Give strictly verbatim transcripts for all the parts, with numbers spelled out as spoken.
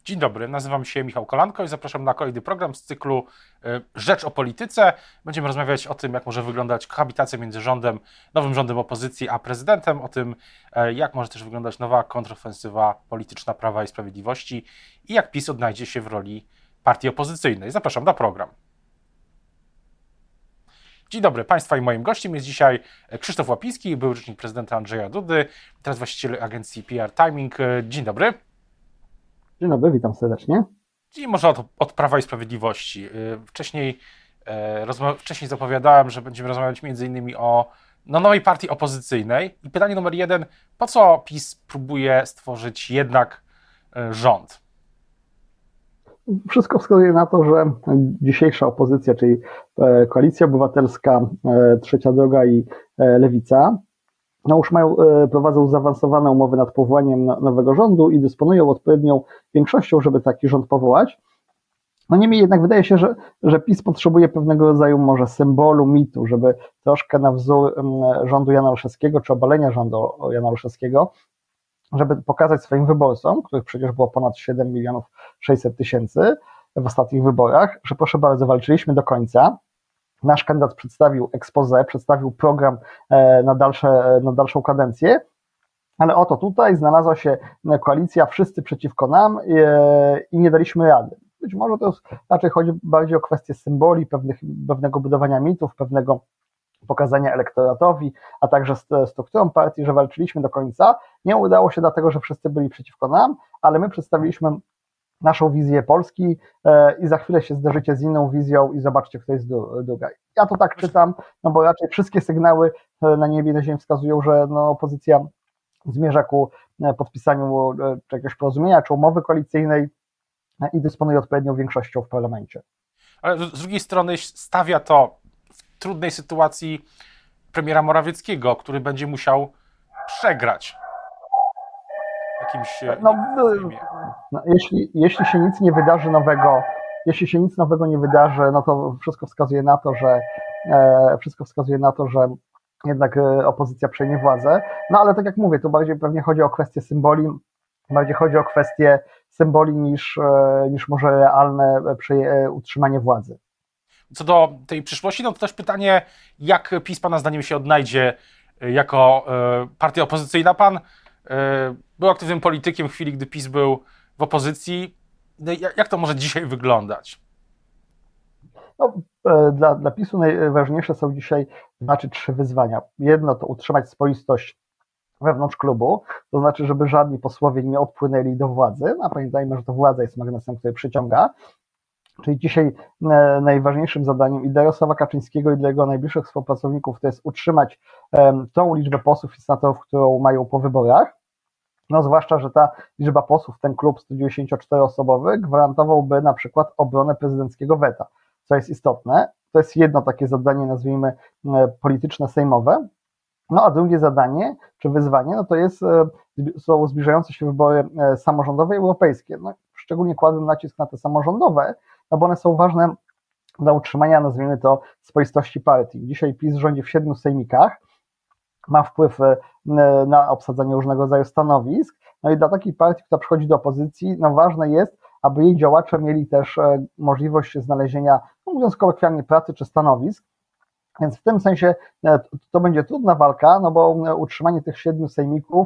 Dzień dobry, nazywam się Michał Kolanko i zapraszam na kolejny program z cyklu Rzecz o polityce. Będziemy rozmawiać o tym, jak może wyglądać kohabitacja między rządem, nowym rządem opozycji a prezydentem, o tym, jak może też wyglądać nowa kontrofensywa polityczna Prawa i Sprawiedliwości i jak PiS odnajdzie się w roli partii opozycyjnej. Zapraszam na program. Dzień dobry Państwa i moim gościem jest dzisiaj Krzysztof Łapiński, były rzecznik prezydenta Andrzeja Dudy, teraz właściciel agencji P R Timing. Dzień dobry. Dzień dobry, witam serdecznie. I może od, od Prawa i Sprawiedliwości. Wcześniej, e, rozma- wcześniej zapowiadałem, że będziemy rozmawiać między innymi o no, nowej partii opozycyjnej. I pytanie numer jeden, po co PiS próbuje stworzyć jednak e, rząd? Wszystko wskazuje na to, że dzisiejsza opozycja, czyli Koalicja Obywatelska, Trzecia Droga i Lewica, no już mają, prowadzą zaawansowane umowy nad powołaniem nowego rządu i dysponują odpowiednią większością, żeby taki rząd powołać. No niemniej jednak wydaje się, że, że PiS potrzebuje pewnego rodzaju może symbolu, mitu, żeby troszkę na wzór rządu Jana Olszewskiego, czy obalenia rządu Jana Olszewskiego, żeby pokazać swoim wyborcom, których przecież było ponad siedem milionów sześćset tysięcy w ostatnich wyborach, że proszę bardzo, walczyliśmy do końca. Nasz kandydat przedstawił exposé, przedstawił program na, dalsze, na dalszą kadencję, ale oto tutaj znalazła się koalicja, wszyscy przeciwko nam i nie daliśmy rady. Być może to raczej chodzi bardziej o kwestię symboli, pewnych, pewnego budowania mitów, pewnego pokazania elektoratowi, a także strukturą partii, że walczyliśmy do końca. Nie udało się dlatego, że wszyscy byli przeciwko nam, ale my przedstawiliśmy naszą wizję Polski i za chwilę się zderzycie z inną wizją i zobaczcie, kto jest druga. Ja to tak czytam, no bo raczej wszystkie sygnały na niebie i na ziemi wskazują, że no, opozycja zmierza ku podpisaniu czegoś porozumienia czy umowy koalicyjnej i dysponuje odpowiednią większością w parlamencie. Ale z drugiej strony stawia to w trudnej sytuacji premiera Morawieckiego, który będzie musiał przegrać jakimś... No, no, jeśli, jeśli się nic nie wydarzy nowego, jeśli się nic nowego nie wydarzy, no to wszystko wskazuje na to, że e, wszystko wskazuje na to, że jednak opozycja przejmie władzę. No ale tak jak mówię, tu bardziej pewnie chodzi o kwestię symboli, bardziej chodzi o kwestię symboli niż, niż może realne utrzymanie władzy. Co do tej przyszłości, no to też pytanie, jak PiS Pana zdaniem się odnajdzie jako partia opozycyjna? Pan był aktywnym politykiem w chwili, gdy PiS był w opozycji. Jak to może dzisiaj wyglądać? No, dla, dla PiSu najważniejsze są dzisiaj dwa czy trzy wyzwania. Jedno to utrzymać spoistość wewnątrz klubu, to znaczy, żeby żadni posłowie nie odpłynęli do władzy, a pamiętajmy, że to władza jest magnesem, który przyciąga. Czyli dzisiaj najważniejszym zadaniem i dla Jarosława Kaczyńskiego, i dla jego najbliższych współpracowników to jest utrzymać um, tą liczbę posłów i senatorów, którą mają po wyborach. No zwłaszcza, że ta liczba posłów, ten klub sto dziewięćdziesięcioczteroosobowy gwarantowałby na przykład obronę prezydenckiego weta, co jest istotne. To jest jedno takie zadanie, nazwijmy polityczne, sejmowe. No a drugie zadanie, czy wyzwanie, no to jest, są zbliżające się wybory samorządowe i europejskie. No, szczególnie kładłem nacisk na te samorządowe, no bo one są ważne dla utrzymania, nazwijmy to, swoistości partii. Dzisiaj PiS rządzi w siedmiu sejmikach, ma wpływ na obsadzanie różnego rodzaju stanowisk, no i dla takiej partii, która przychodzi do opozycji, no ważne jest, aby jej działacze mieli też możliwość znalezienia, no mówiąc kolokwialnie, pracy czy stanowisk. Więc w tym sensie to będzie trudna walka, no bo utrzymanie tych siedmiu sejmików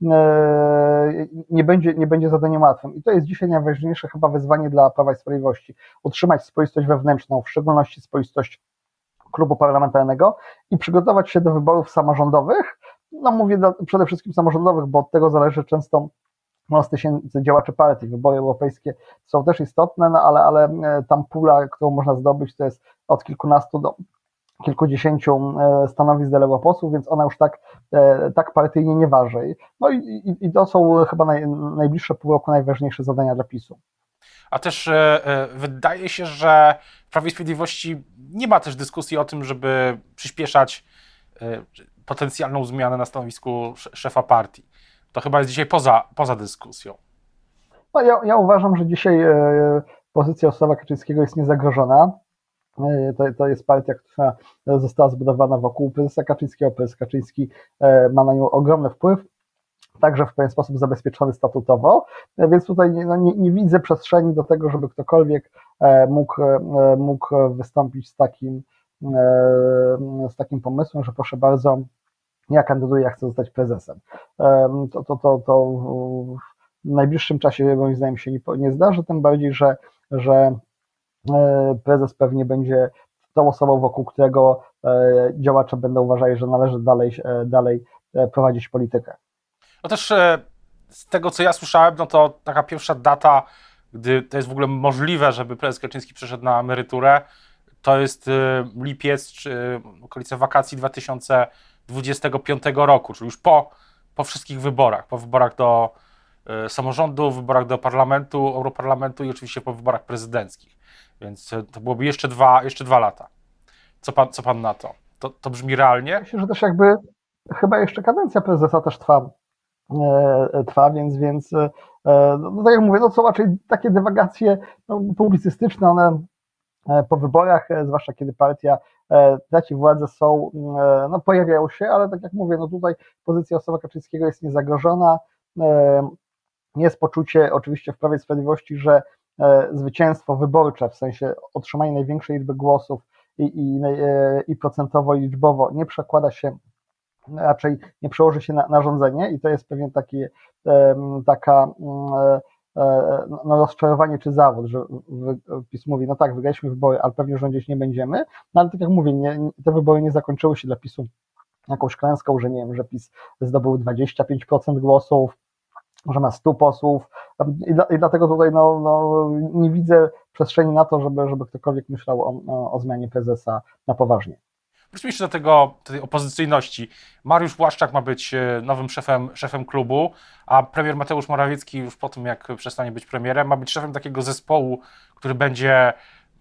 nie będzie, nie będzie zadaniem łatwym. I to jest dzisiaj najważniejsze chyba wyzwanie dla Prawa i Sprawiedliwości. Utrzymać spoistość wewnętrzną, w szczególności spoistość klubu parlamentarnego i przygotować się do wyborów samorządowych. No mówię przede wszystkim samorządowych, bo od tego zależy często los tysięcy działaczy partii. Wybory europejskie są też istotne, no ale, ale tam pula, którą można zdobyć, to jest od kilkunastu do kilkudziesięciu stanowisk dla europosłów, więc ona już tak, tak partyjnie nie waży. No i, i, i to są chyba naj, najbliższe pół roku najważniejsze zadania dla PiSu. A też e, wydaje się, że w Prawie i Sprawiedliwości nie ma też dyskusji o tym, żeby przyspieszać e, potencjalną zmianę na stanowisku szefa partii. To chyba jest dzisiaj poza, poza dyskusją. No ja, ja uważam, że dzisiaj e, pozycja Jarosława Kaczyńskiego jest niezagrożona. To, to jest partia, która została zbudowana wokół prezesa Kaczyńskiego. Prezes Kaczyński ma na nią ogromny wpływ. także w pewien sposób zabezpieczony statutowo, więc tutaj nie, no nie, nie widzę przestrzeni do tego, żeby ktokolwiek mógł, mógł wystąpić z takim, z takim pomysłem, że proszę bardzo, ja kandyduję, ja chcę zostać prezesem. To, to, to, to w najbliższym czasie moim zdaniem się nie, nie zdarzy, tym bardziej, że, że prezes pewnie będzie tą osobą, wokół którego działacze będą uważali, że należy dalej, dalej prowadzić politykę. No też z tego, co ja słyszałem, no to taka pierwsza data, gdy to jest w ogóle możliwe, żeby prezes Kaczyński przeszedł na emeryturę, to jest lipiec, czy okolice wakacji dwa tysiące dwudziestego piątego roku, czyli już po, po wszystkich wyborach, po wyborach do samorządu, wyborach do parlamentu, europarlamentu i oczywiście po wyborach prezydenckich. Więc to byłoby jeszcze dwa, jeszcze dwa lata. Co pan, co pan na to? to? To brzmi realnie? Myślę, że też jakby chyba jeszcze kadencja prezesa też trwa, e, trwa więc, więc e, no tak jak mówię, no są raczej takie dywagacje no, publicystyczne, one e, po wyborach, e, zwłaszcza kiedy partia e, traci władzę, są, e, no pojawiają się, ale tak jak mówię, no tutaj pozycja Jarosława Kaczyńskiego jest niezagrożona, e, jest poczucie oczywiście w Prawie i Sprawiedliwości, że e, zwycięstwo wyborcze, w sensie otrzymanie największej liczby głosów i, i, i procentowo i liczbowo nie przekłada się, raczej nie przełoży się na, na rządzenie i to jest pewien taki, e, taka e, no, rozczarowanie czy zawód, że PiS mówi, no tak, wygraliśmy wybory, ale pewnie rządzić nie będziemy, no ale tak jak mówię, nie, te wybory nie zakończyły się dla PiSu jakąś klęską, że nie wiem, że PiS zdobył dwadzieścia pięć procent głosów, że ma stu posłów i, dla, i dlatego tutaj no, no, nie widzę przestrzeni na to, żeby, żeby ktokolwiek myślał o, o, o zmianie prezesa na poważnie. Wróćmy jeszcze do tego, tej opozycyjności. Mariusz Błaszczak ma być nowym szefem, szefem klubu, a premier Mateusz Morawiecki już po tym, jak przestanie być premierem, ma być szefem takiego zespołu, który będzie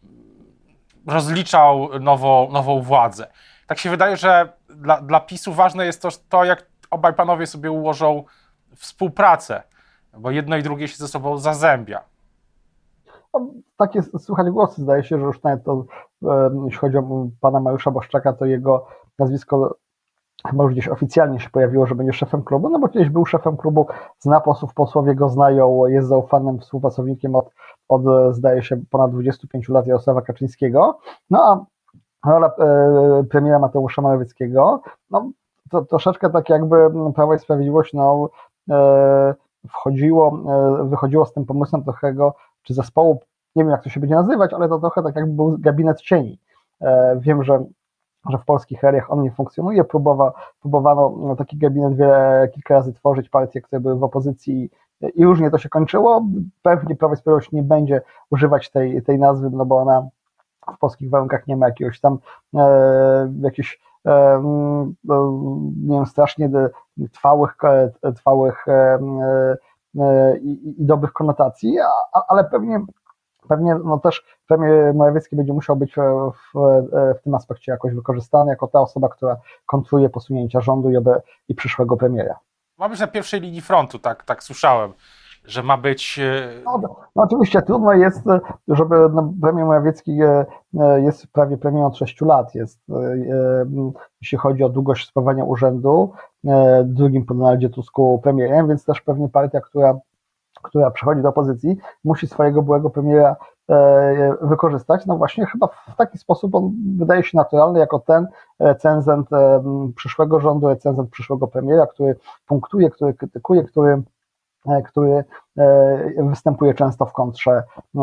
rozliczał nową, nową władzę. Tak się wydaje, że dla, dla PiSu ważne jest to, to, jak obaj panowie sobie ułożą współpracę, bo jedno i drugie się ze sobą zazębia. No, takie słychać głosy, zdaje się, że już nawet to, jeśli chodzi o pana Mariusza Błaszczaka, to jego nazwisko chyba już gdzieś oficjalnie się pojawiło, że będzie szefem klubu, no bo kiedyś był szefem klubu, zna posłów, posłowie go znają, jest zaufanym współpracownikiem od, od zdaje się, ponad dwudziestu pięciu lat Jarosława Kaczyńskiego, no a rola e, premiera Mateusza Morawieckiego, no to troszeczkę tak jakby Prawo i Sprawiedliwość, no e, wchodziło, e, wychodziło z tym pomysłem trochę, czy zespołu, nie wiem jak to się będzie nazywać, ale to trochę tak jakby był gabinet cieni. E, wiem, że że w polskich realiach on nie funkcjonuje. Próbowa, próbowano no, taki gabinet wiele, kilka razy tworzyć, partie, które były w opozycji i różnie to się kończyło. Pewnie Prawo i Sprawiedliwość nie będzie używać tej, tej nazwy, no bo ona w polskich warunkach nie ma jakiegoś tam e, jakichś e, nie wiem, strasznie trwałych, trwałych e, e, i, i dobrych konotacji, a, ale pewnie Pewnie no też premier Morawiecki będzie musiał być w, w, w tym aspekcie jakoś wykorzystany jako ta osoba, która kontruje posunięcia rządu i, obe, i przyszłego premiera. Ma być na pierwszej linii frontu, tak, tak słyszałem, że ma być... No, no oczywiście trudno jest, żeby no, premier Morawiecki jest prawie premierem od sześciu lat, jest, jeśli chodzi o długość sprawowania urzędu, drugim po Donaldzie Tusku premierem, więc też pewnie partia, która która przychodzi do opozycji, musi swojego byłego premiera e, wykorzystać. No właśnie chyba w taki sposób on wydaje się naturalny jako ten recenzent e, przyszłego rządu, recenzent przyszłego premiera, który punktuje, który krytykuje, który, e, który e, występuje często w kontrze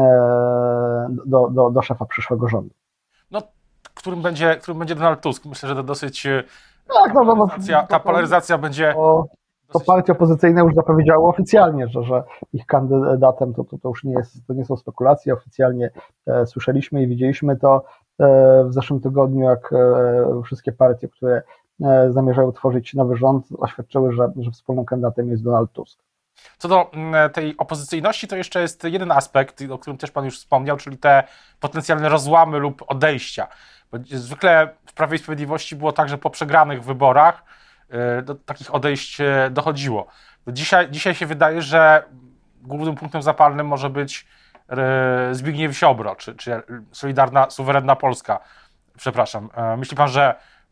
e, do, do, do szefa przyszłego rządu. No, którym będzie, którym będzie Donald Tusk. Myślę, że to dosyć... Tak, no, no, no, ta polaryzacja będzie... O... To partie opozycyjne już zapowiedziały oficjalnie, że, że ich kandydatem to, to, to już nie jest, to nie są spekulacje, oficjalnie e, słyszeliśmy i widzieliśmy to e, w zeszłym tygodniu, jak e, wszystkie partie, które e, zamierzają tworzyć nowy rząd, oświadczyły, że, że wspólnym kandydatem jest Donald Tusk. Co do tej opozycyjności, to jeszcze jest jeden aspekt, o którym też pan już wspomniał, czyli te potencjalne rozłamy lub odejścia. Bo zwykle w Prawie i Sprawiedliwości było tak, że po przegranych wyborach do takich odejść dochodziło. Dzisiaj, dzisiaj się wydaje, że głównym punktem zapalnym może być Zbigniew Ziobro, czy, czy Solidarna, Suwerenna Polska. Przepraszam. Myśli pan, że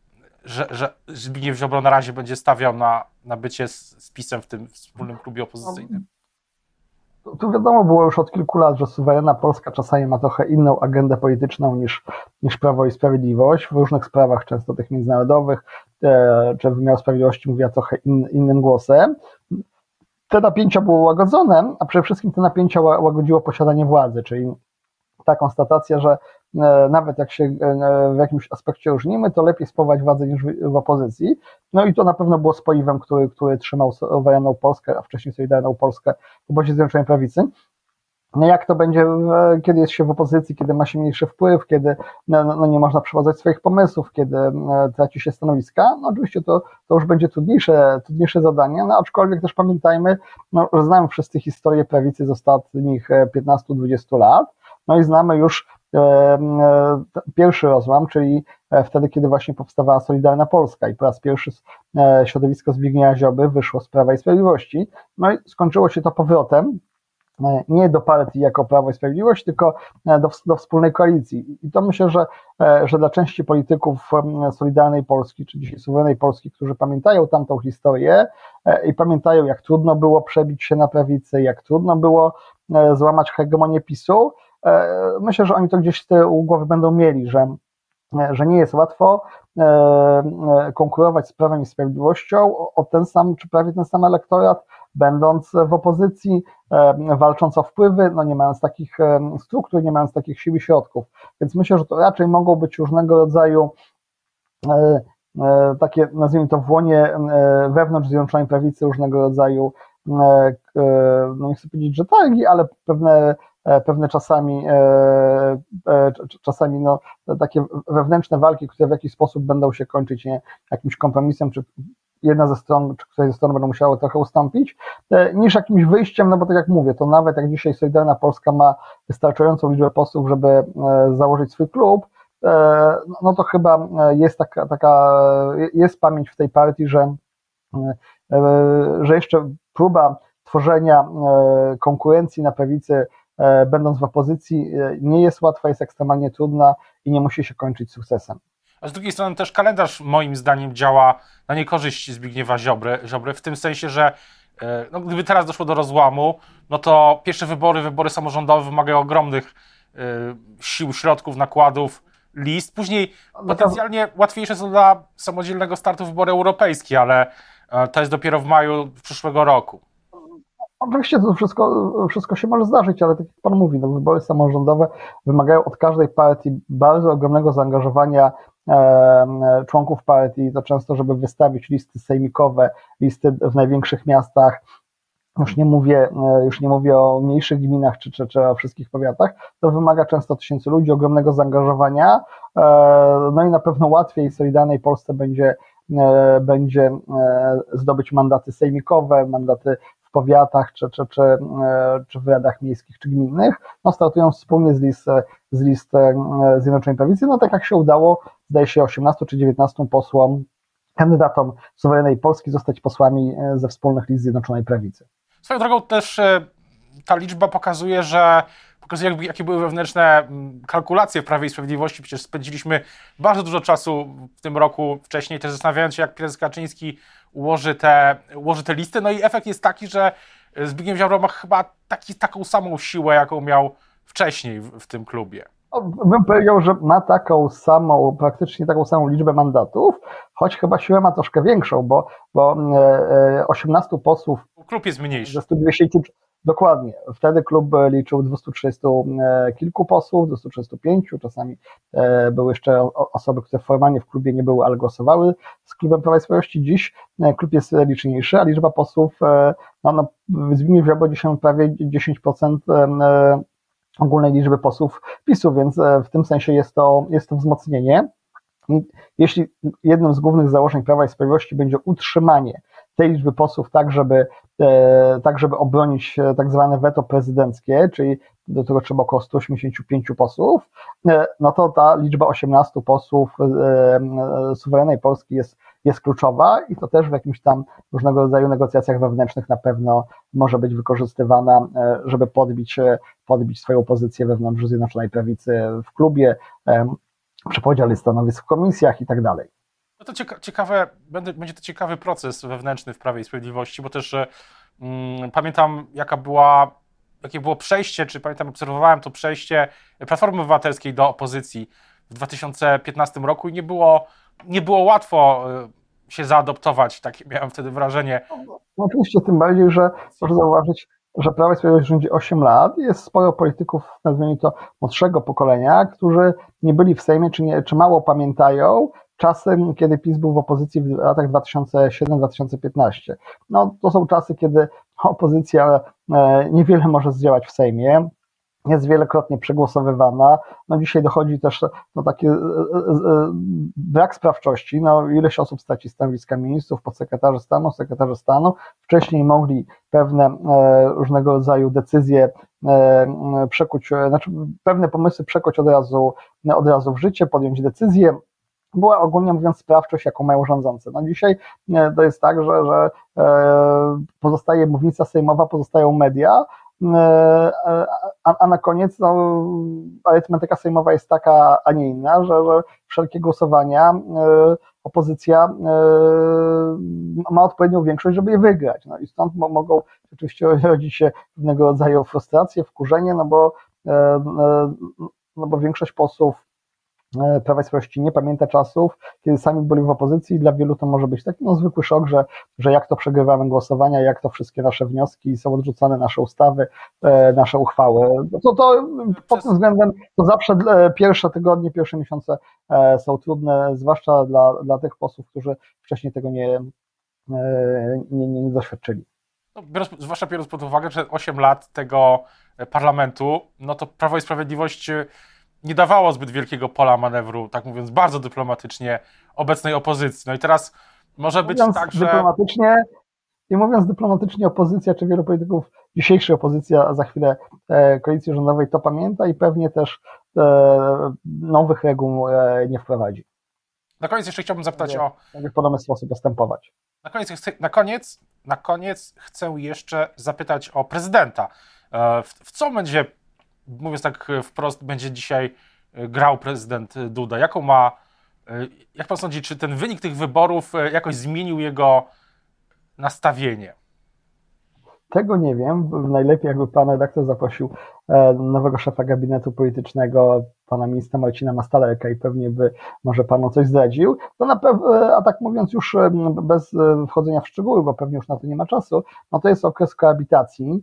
że, że Zbigniew Ziobro na razie będzie stawiał na, na bycie z, z PiS-em w tym wspólnym klubie opozycyjnym? Tu, tu wiadomo było już od kilku lat, że suwerenna Polska czasami ma trochę inną agendę polityczną niż, niż Prawo i Sprawiedliwość. W różnych sprawach, często tych międzynarodowych, e, czy wymiar sprawiedliwości mówiła trochę in, innym głosem. Te napięcia były łagodzone, a przede wszystkim te napięcia łagodziło posiadanie władzy, czyli ta konstatacja, że nawet jak się w jakimś aspekcie różnimy, to lepiej sprawować władzę niż w opozycji. No i to na pewno było spoiwem, który, który trzymał suwerenną Polskę, a wcześniej Solidarną Polskę w obozie Zjednoczonej Prawicy. No jak to będzie, kiedy jest się w opozycji, kiedy ma się mniejszy wpływ, kiedy no, no nie można przeprowadzać swoich pomysłów, kiedy traci się stanowiska, no oczywiście to, to już będzie trudniejsze, trudniejsze zadanie, no aczkolwiek też pamiętajmy, no, że znamy wszyscy historię prawicy z ostatnich piętnastu dwudziestu lat, no i znamy już e, e, pierwszy rozłam, czyli wtedy, kiedy właśnie powstawała Solidarna Polska i po raz pierwszy e, środowisko Zbigniewa Ziobry wyszło z Prawa i Sprawiedliwości, no i skończyło się to powrotem nie do partii jako Prawo i Sprawiedliwość, tylko do, do wspólnej koalicji. I to myślę, że, że dla części polityków Solidarnej Polski, czy dzisiaj suwerennej Polski, którzy pamiętają tamtą historię i pamiętają, jak trudno było przebić się na prawicę, jak trudno było złamać hegemonię PiSu, myślę, że oni to gdzieś z tyłu głowy będą mieli, że że nie jest łatwo konkurować z Prawem i Sprawiedliwością o ten sam, czy prawie ten sam elektorat, będąc w opozycji, walcząc o wpływy, no nie mając takich struktur, nie mając takich sił i środków. Więc myślę, że to raczej mogą być różnego rodzaju takie, nazwijmy to, w łonie wewnątrz Zjednoczonej Prawicy, różnego rodzaju, no nie chcę powiedzieć, że targi, ale pewne pewne czasami, czasami no, takie wewnętrzne walki, które w jakiś sposób będą się kończyć nie, jakimś kompromisem, czy jedna ze stron, czy której ze stron będą musiały trochę ustąpić, niż jakimś wyjściem, no bo tak jak mówię, to nawet jak dzisiaj Solidarna Polska ma wystarczającą liczbę posłów, żeby założyć swój klub, no to chyba jest taka, taka jest pamięć w tej partii, że, że jeszcze próba tworzenia konkurencji na prawicy, będąc w opozycji, nie jest łatwa, jest ekstremalnie trudna i nie musi się kończyć sukcesem. A z drugiej strony też kalendarz moim zdaniem działa na niekorzyść Zbigniewa Ziobry, Ziobry w tym sensie, że no, gdyby teraz doszło do rozłamu, no to pierwsze wybory, wybory samorządowe wymagają ogromnych y, sił, środków, nakładów, list. Później potencjalnie łatwiejsze są dla samodzielnego startu wybory europejskie, ale y, to jest dopiero w maju przyszłego roku. Oczywiście to wszystko, wszystko się może zdarzyć, ale tak jak Pan mówi, no, wybory samorządowe wymagają od każdej partii bardzo ogromnego zaangażowania e, członków partii, to często, żeby wystawić listy sejmikowe, listy w największych miastach, już nie mówię, już nie mówię o mniejszych gminach czy, czy, czy o wszystkich powiatach, to wymaga często tysięcy ludzi, ogromnego zaangażowania, e, no i na pewno łatwiej Solidarnej Polsce będzie, e, będzie e, zdobyć mandaty sejmikowe, mandaty w powiatach, czy, czy, czy, czy w radach miejskich, czy gminnych, no startują wspólnie z list, z list Zjednoczonej Prawicy, no tak jak się udało, zdaje się osiemnastu czy dziewiętnastu posłom, kandydatom suwerennej Polski zostać posłami ze wspólnych list Zjednoczonej Prawicy. Swoją drogą też ta liczba pokazuje, że pokazuje, jakby, jakie były wewnętrzne kalkulacje w Prawie i Sprawiedliwości. Przecież spędziliśmy bardzo dużo czasu w tym roku wcześniej, też zastanawiając się, jak prezes Kaczyński ułoży te, ułoży te listy. No i efekt jest taki, że Zbigniew Ziobro ma chyba taki, taką samą siłę, jaką miał wcześniej w, w tym klubie. Bym powiedział, że ma taką samą, praktycznie taką samą liczbę mandatów, choć chyba siłę ma troszkę większą, bo, bo osiemnastu posłów... Klub jest mniejszy. Ze stu dwudziestu, dokładnie. Wtedy klub liczył dwieście trzydzieści kilku posłów, dwieście trzydzieści pięć, czasami były jeszcze osoby, które formalnie w klubie nie były, ale głosowały z klubem Prawa i Sprawiedliwości. Dziś klub jest liczniejszy, a liczba posłów, no, no Zbigniew Ziobro dzisiaj prawie dziesięć procent ogólnej liczby posłów PiSu, więc w tym sensie jest to, jest to wzmocnienie. I jeśli jednym z głównych założeń Prawa i Sprawiedliwości będzie utrzymanie tej liczby posłów tak, żeby, e, tak, żeby obronić tak zwane weto prezydenckie, czyli do tego trzeba około stu osiemdziesięciu pięciu posłów, e, no to ta liczba osiemnastu posłów e, suwerennej Polski jest, jest kluczowa i to też w jakimś tam różnego rodzaju negocjacjach wewnętrznych na pewno może być wykorzystywana, e, żeby podbić, podbić swoją pozycję wewnątrz Zjednoczonej Prawicy w klubie, e, przy podziale stanowisk w komisjach i tak dalej. No to cieka ciekawe, będzie, będzie to ciekawy proces wewnętrzny w Prawie i Sprawiedliwości, bo też mm, pamiętam, jaka była, jakie było przejście, czy pamiętam, obserwowałem to przejście Platformy Obywatelskiej do opozycji w dwa tysiące piętnastym roku i nie było, nie było łatwo się zaadoptować, takie miałem wtedy wrażenie. No oczywiście, tym bardziej, że proszę zauważyć, że Prawo i Sprawiedliwość rządzi osiem lat. Jest sporo polityków, nazwijmy to, młodszego pokolenia, którzy nie byli w Sejmie, czy, nie, czy mało pamiętają czasy, kiedy PiS był w opozycji w latach dwa tysiące siódmy do dwa tysiące piętnastego. No, to są czasy, kiedy opozycja niewiele może zdziałać w Sejmie. Jest wielokrotnie przegłosowywana. No dzisiaj dochodzi też no, taki brak sprawczości. No, ileś osób straci stanowiska ministrów, podsekretarzy stanu, sekretarze stanu. Wcześniej mogli pewne e, różnego rodzaju decyzje e, przekuć, znaczy pewne pomysły przekuć od razu, od razu w życie, podjąć decyzje. Była ogólnie mówiąc sprawczość, jaką mają rządzący. No dzisiaj to jest tak, że, że e, pozostaje mównica sejmowa, pozostają media, A, a na koniec no, arytmetyka sejmowa jest taka, a nie inna, że, że wszelkie głosowania y, opozycja y, ma odpowiednią większość, żeby je wygrać. No i stąd mo, mogą rzeczywiście rodzić się pewnego rodzaju frustracje, wkurzenie, no bo, y, y, no bo większość posłów Prawa i Sprawiedliwości nie pamięta czasów, kiedy sami byli w opozycji i dla wielu to może być taki no, zwykły szok, że, że jak to przegrywamy głosowania, jak to wszystkie nasze wnioski są odrzucane, nasze ustawy, e, nasze uchwały. To, to pod tym względem to zawsze pierwsze tygodnie, pierwsze miesiące e, są trudne, zwłaszcza dla, dla tych posłów, którzy wcześniej tego nie, e, nie, nie, nie doświadczyli. No, biorąc, zwłaszcza biorąc pod uwagę, że osiem lat tego parlamentu, no to Prawo i Sprawiedliwość nie dawało zbyt wielkiego pola manewru, tak mówiąc bardzo dyplomatycznie, obecnej opozycji. No i teraz może być mówiąc tak, że... Dyplomatycznie, I mówiąc dyplomatycznie, opozycja, czy wielu polityków, dzisiejsza opozycja, a za chwilę e, koalicji rządowej to pamięta i pewnie też e, nowych reguł e, nie wprowadzi. Na koniec jeszcze chciałbym zapytać o... w podobny sposób postępować. Na koniec, na koniec, na koniec chcę jeszcze zapytać o prezydenta. E, w, w co będzie... Mówiąc tak wprost, będzie dzisiaj grał prezydent Duda? Jaką ma, jak pan sądzi, czy ten wynik tych wyborów jakoś zmienił jego nastawienie? Tego nie wiem. Najlepiej jakby pan redaktor zaprosił nowego szefa gabinetu politycznego, pana ministra Marcina Mastalerka i pewnie by może panu coś zdradził. To na pewno, a tak mówiąc już bez wchodzenia w szczegóły, bo pewnie już na to nie ma czasu, no to jest okres koabitacji.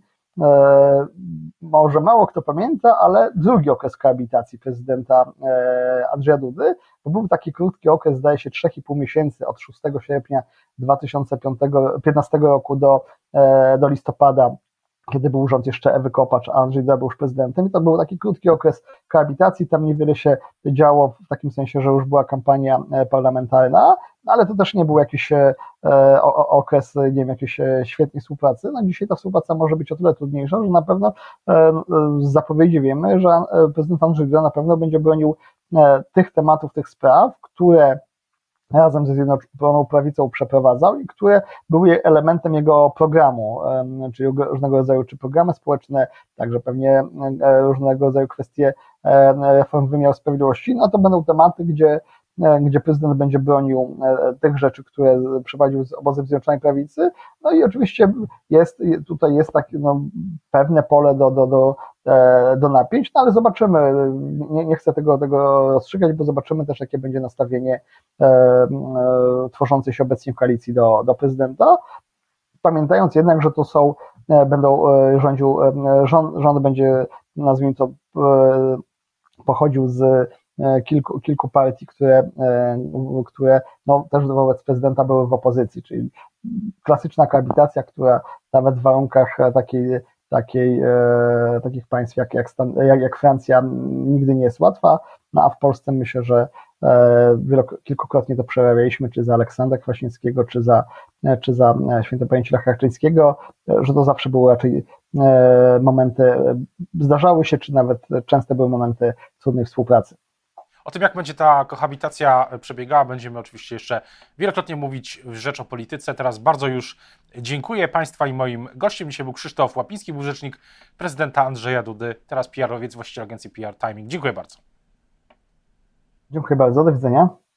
E, może mało kto pamięta, ale drugi okres koabitacji prezydenta e, Andrzeja Dudy, to był taki krótki okres, zdaje się, trzy i pół miesięcy od szóstego sierpnia dwa tysiące piętnastego roku do, e, do listopada, kiedy był rząd jeszcze Ewy Kopacz, a Andrzej Duda był już prezydentem. I to był taki krótki okres koabitacji, tam niewiele się działo w takim sensie, że już była kampania parlamentarna, ale to też nie był jakiś e, o, okres, nie wiem, jakiejś świetnej współpracy. No dzisiaj ta współpraca może być o tyle trudniejsza, że na pewno e, z zapowiedzi wiemy, że prezydent Andrzej Duda na pewno będzie bronił e, tych tematów, tych spraw, które razem ze Zjednoczoną Prawicą przeprowadzał i które były elementem jego programu, czyli różnego rodzaju czy programy społeczne, także pewnie różnego rodzaju kwestie reform wymiaru sprawiedliwości. No to będą tematy, gdzie, gdzie prezydent będzie bronił tych rzeczy, które przeprowadził z obozem Zjednoczonej Prawicy. No i oczywiście jest, tutaj jest takie no, pewne pole do, do, do do napięć, no ale zobaczymy, nie, nie chcę tego, tego rozstrzygać, bo zobaczymy też, jakie będzie nastawienie e, e, tworzącej się obecnie w koalicji do, do prezydenta, pamiętając jednak, że to są, e, będą e, rządził, e, rząd, rząd będzie, nazwijmy to, e, pochodził z e, kilku, kilku partii, które, e, które no, też wobec prezydenta były w opozycji, czyli klasyczna koabitacja, która nawet w warunkach takiej Takiej, e, takich państw jak, jak, Stan, jak, jak Francja nigdy nie jest łatwa, no a w Polsce myślę, że e, wielok, kilkukrotnie to przerabialiśmy, czy za Aleksandra Kwaśniewskiego, czy za, czy za świętopamięci Lecha Kaczyńskiego, że to zawsze były raczej e, momenty, zdarzały się, czy nawet często były momenty trudnej współpracy. O tym, jak będzie ta kohabitacja przebiegała, będziemy oczywiście jeszcze wielokrotnie mówić w Rzecz o Polityce. Teraz bardzo już dziękuję Państwa i moim gościem. Dzisiaj był Krzysztof Łapiński, był rzecznik prezydenta Andrzeja Dudy, teraz P R owiec, właściciel agencji P R Timing. Dziękuję bardzo. Dziękuję bardzo, do widzenia.